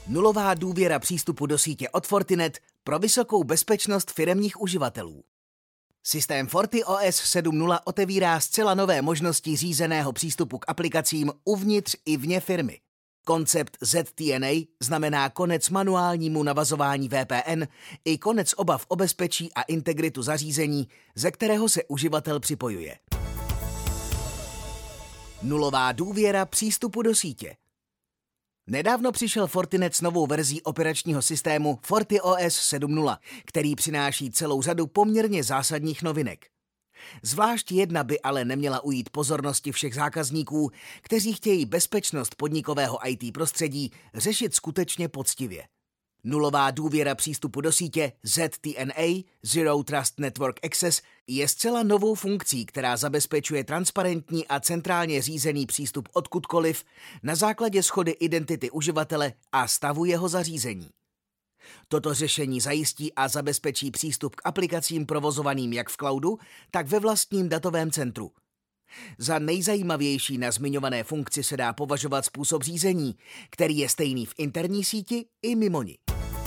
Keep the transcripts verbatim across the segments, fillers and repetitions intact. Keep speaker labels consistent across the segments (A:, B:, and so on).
A: Nulová důvěra přístupu do sítě od Fortinet pro vysokou bezpečnost firemních uživatelů. Systém FortiOS sedm tečka nula otevírá zcela nové možnosti řízeného přístupu k aplikacím uvnitř i vně firmy. Koncept Z T N A znamená konec manuálnímu navazování V P N i konec obav o bezpečí a integritu zařízení, ze kterého se uživatel připojuje. Nulová důvěra přístupu do sítě. Nedávno přišel Fortinet s novou verzí operačního systému FortiOS sedm tečka nula, který přináší celou řadu poměrně zásadních novinek. Zvlášť jedna by ale neměla ujít pozornosti všech zákazníků, kteří chtějí bezpečnost podnikového I T prostředí řešit skutečně poctivě. Nulová důvěra přístupu do sítě Z T N A, Zero Trust Network Access, je zcela novou funkcí, která zabezpečuje transparentní a centrálně řízený přístup odkudkoliv na základě shody identity uživatele a stavu jeho zařízení. Toto řešení zajistí a zabezpečí přístup k aplikacím provozovaným jak v cloudu, tak ve vlastním datovém centru. Za nejzajímavější na zmiňované funkci se dá považovat způsob řízení, který je stejný v interní síti i mimo ní.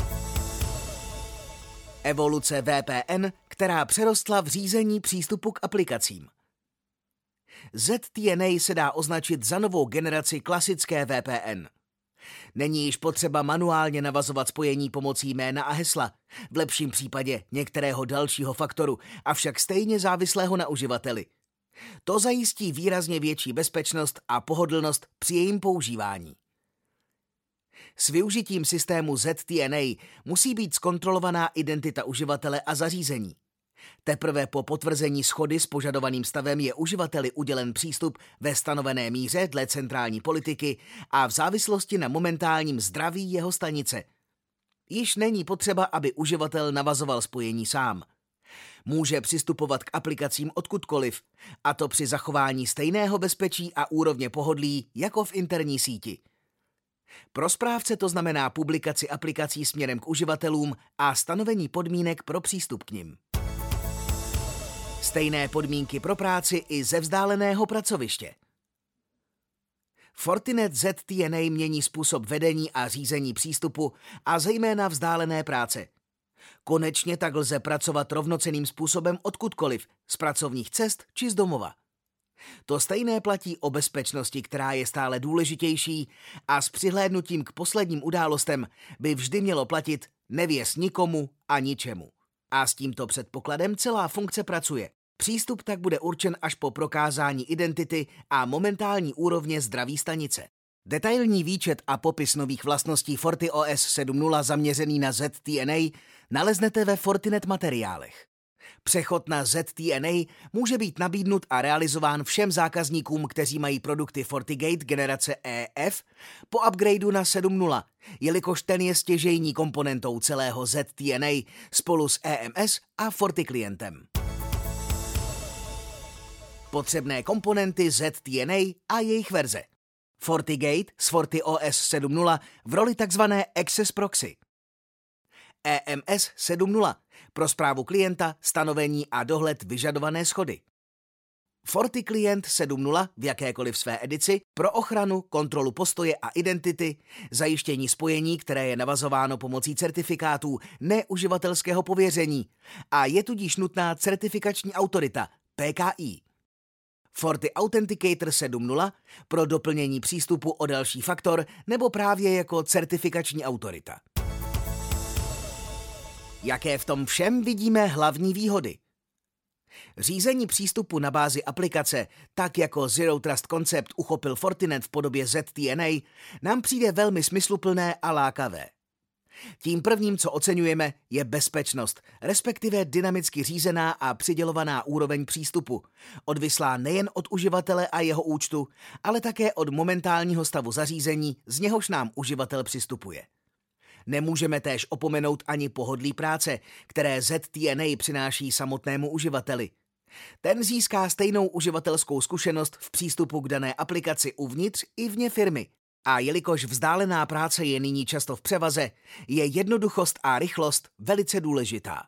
A: Evoluce V P N, která přerostla v řízení přístupu k aplikacím. Z T N A se dá označit za novou generaci klasické V P N. Není již potřeba manuálně navazovat spojení pomocí jména a hesla, v lepším případě některého dalšího faktoru, avšak stejně závislého na uživateli. To zajistí výrazně větší bezpečnost a pohodlnost při jejím používání. S využitím systému Z T N A musí být zkontrolovaná identita uživatele a zařízení. Teprve po potvrzení shody s požadovaným stavem je uživateli udělen přístup ve stanovené míře dle centrální politiky a v závislosti na momentálním zdraví jeho stanice. Již není potřeba, aby uživatel navazoval spojení sám. Může přistupovat k aplikacím odkudkoliv, a to při zachování stejného bezpečí a úrovně pohodlí jako v interní síti. Pro správce to znamená publikaci aplikací směrem k uživatelům a stanovení podmínek pro přístup k nim. Stejné podmínky pro práci i ze vzdáleného pracoviště. Fortinet Z T N A mění způsob vedení a řízení přístupu a zejména vzdálené práce. Konečně tak lze pracovat rovnocenným způsobem odkudkoliv, z pracovních cest či z domova. To stejné platí o bezpečnosti, která je stále důležitější a s přihlédnutím k posledním událostem by vždy mělo platit nevěř nikomu a ničemu. A s tímto předpokladem celá funkce pracuje. Přístup tak bude určen až po prokázání identity a momentální úrovně zdraví stanice. Detailní výčet a popis nových vlastností FortiOS sedm tečka nula zaměřený na Z T N A naleznete ve Fortinet materiálech. Přechod na Z T N A může být nabídnut a realizován všem zákazníkům, kteří mají produkty FortiGate generace E F po upgradeu na sedm tečka nula, jelikož ten je stěžejní komponentou celého Z T N A spolu s E M S a FortiClientem. Potřebné komponenty Z T N A a jejich verze. FortiGate s FortiOS sedm tečka nula v roli tzv. Access Proxy. E M S sedm tečka nula pro správu klienta, stanovení a dohled vyžadované shody. FortiClient sedm tečka nula v jakékoliv své edici pro ochranu, kontrolu postoje a identity, zajištění spojení, které je navazováno pomocí certifikátů neuživatelského pověření a je tudíž nutná certifikační autorita P K I. FortiAuthenticator sedm tečka nula pro doplnění přístupu o další faktor nebo právě jako certifikační autorita. Jaké v tom všem vidíme hlavní výhody? Řízení přístupu na bázi aplikace, tak jako Zero Trust koncept uchopil Fortinet v podobě Z T N A, nám přijde velmi smysluplné a lákavé. Tím prvním, co oceňujeme, je bezpečnost, respektive dynamicky řízená a přidělovaná úroveň přístupu, odvislá nejen od uživatele a jeho účtu, ale také od momentálního stavu zařízení, z něhož nám uživatel přistupuje. Nemůžeme též opomenout ani pohodlí práce, které Z T N A přináší samotnému uživateli. Ten získá stejnou uživatelskou zkušenost v přístupu k dané aplikaci uvnitř i vně firmy. A jelikož vzdálená práce je nyní často v převaze, je jednoduchost a rychlost velice důležitá.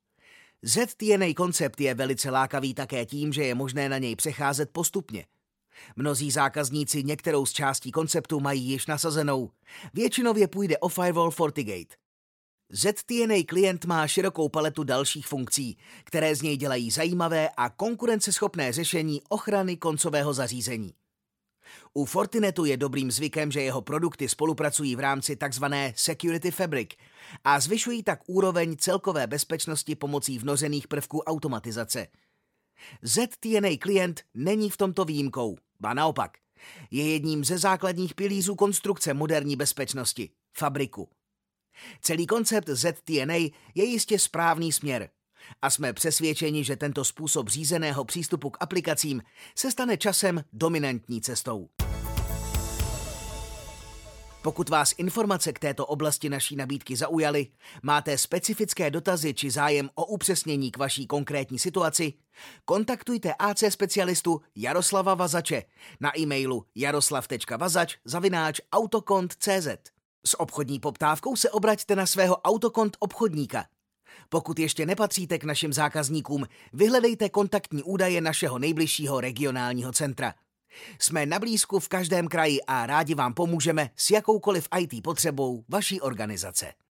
A: Z T N A koncept je velice lákavý také tím, že je možné na něj přecházet postupně. Mnozí zákazníci některou z částí konceptu mají již nasazenou. Většinově půjde o firewall FortiGate. Z T N A klient má širokou paletu dalších funkcí, které z něj dělají zajímavé a konkurenceschopné řešení ochrany koncového zařízení. U Fortinetu je dobrým zvykem, že jeho produkty spolupracují v rámci tzv. Security Fabric a zvyšují tak úroveň celkové bezpečnosti pomocí vnořených prvků automatizace. Z T N A klient není v tomto výjimkou, ba naopak. Je jedním ze základních pilířů konstrukce moderní bezpečnosti, Fabriku. Celý koncept Z T N A je jistě správný směr a jsme přesvědčeni, že tento způsob řízeného přístupu k aplikacím se stane časem dominantní cestou. Pokud vás informace k této oblasti naší nabídky zaujaly, máte specifické dotazy či zájem o upřesnění k vaší konkrétní situaci, kontaktujte A C specialistu Jaroslava Vazače na e-mailu jaroslav tečka vazač zavináč autokont tečka cé zet. S obchodní poptávkou se obraťte na svého Autokont obchodníka. Pokud ještě nepatříte k našim zákazníkům, vyhledejte kontaktní údaje našeho nejbližšího regionálního centra. Jsme na blízku v každém kraji a rádi vám pomůžeme s jakoukoliv í té potřebou vaší organizace.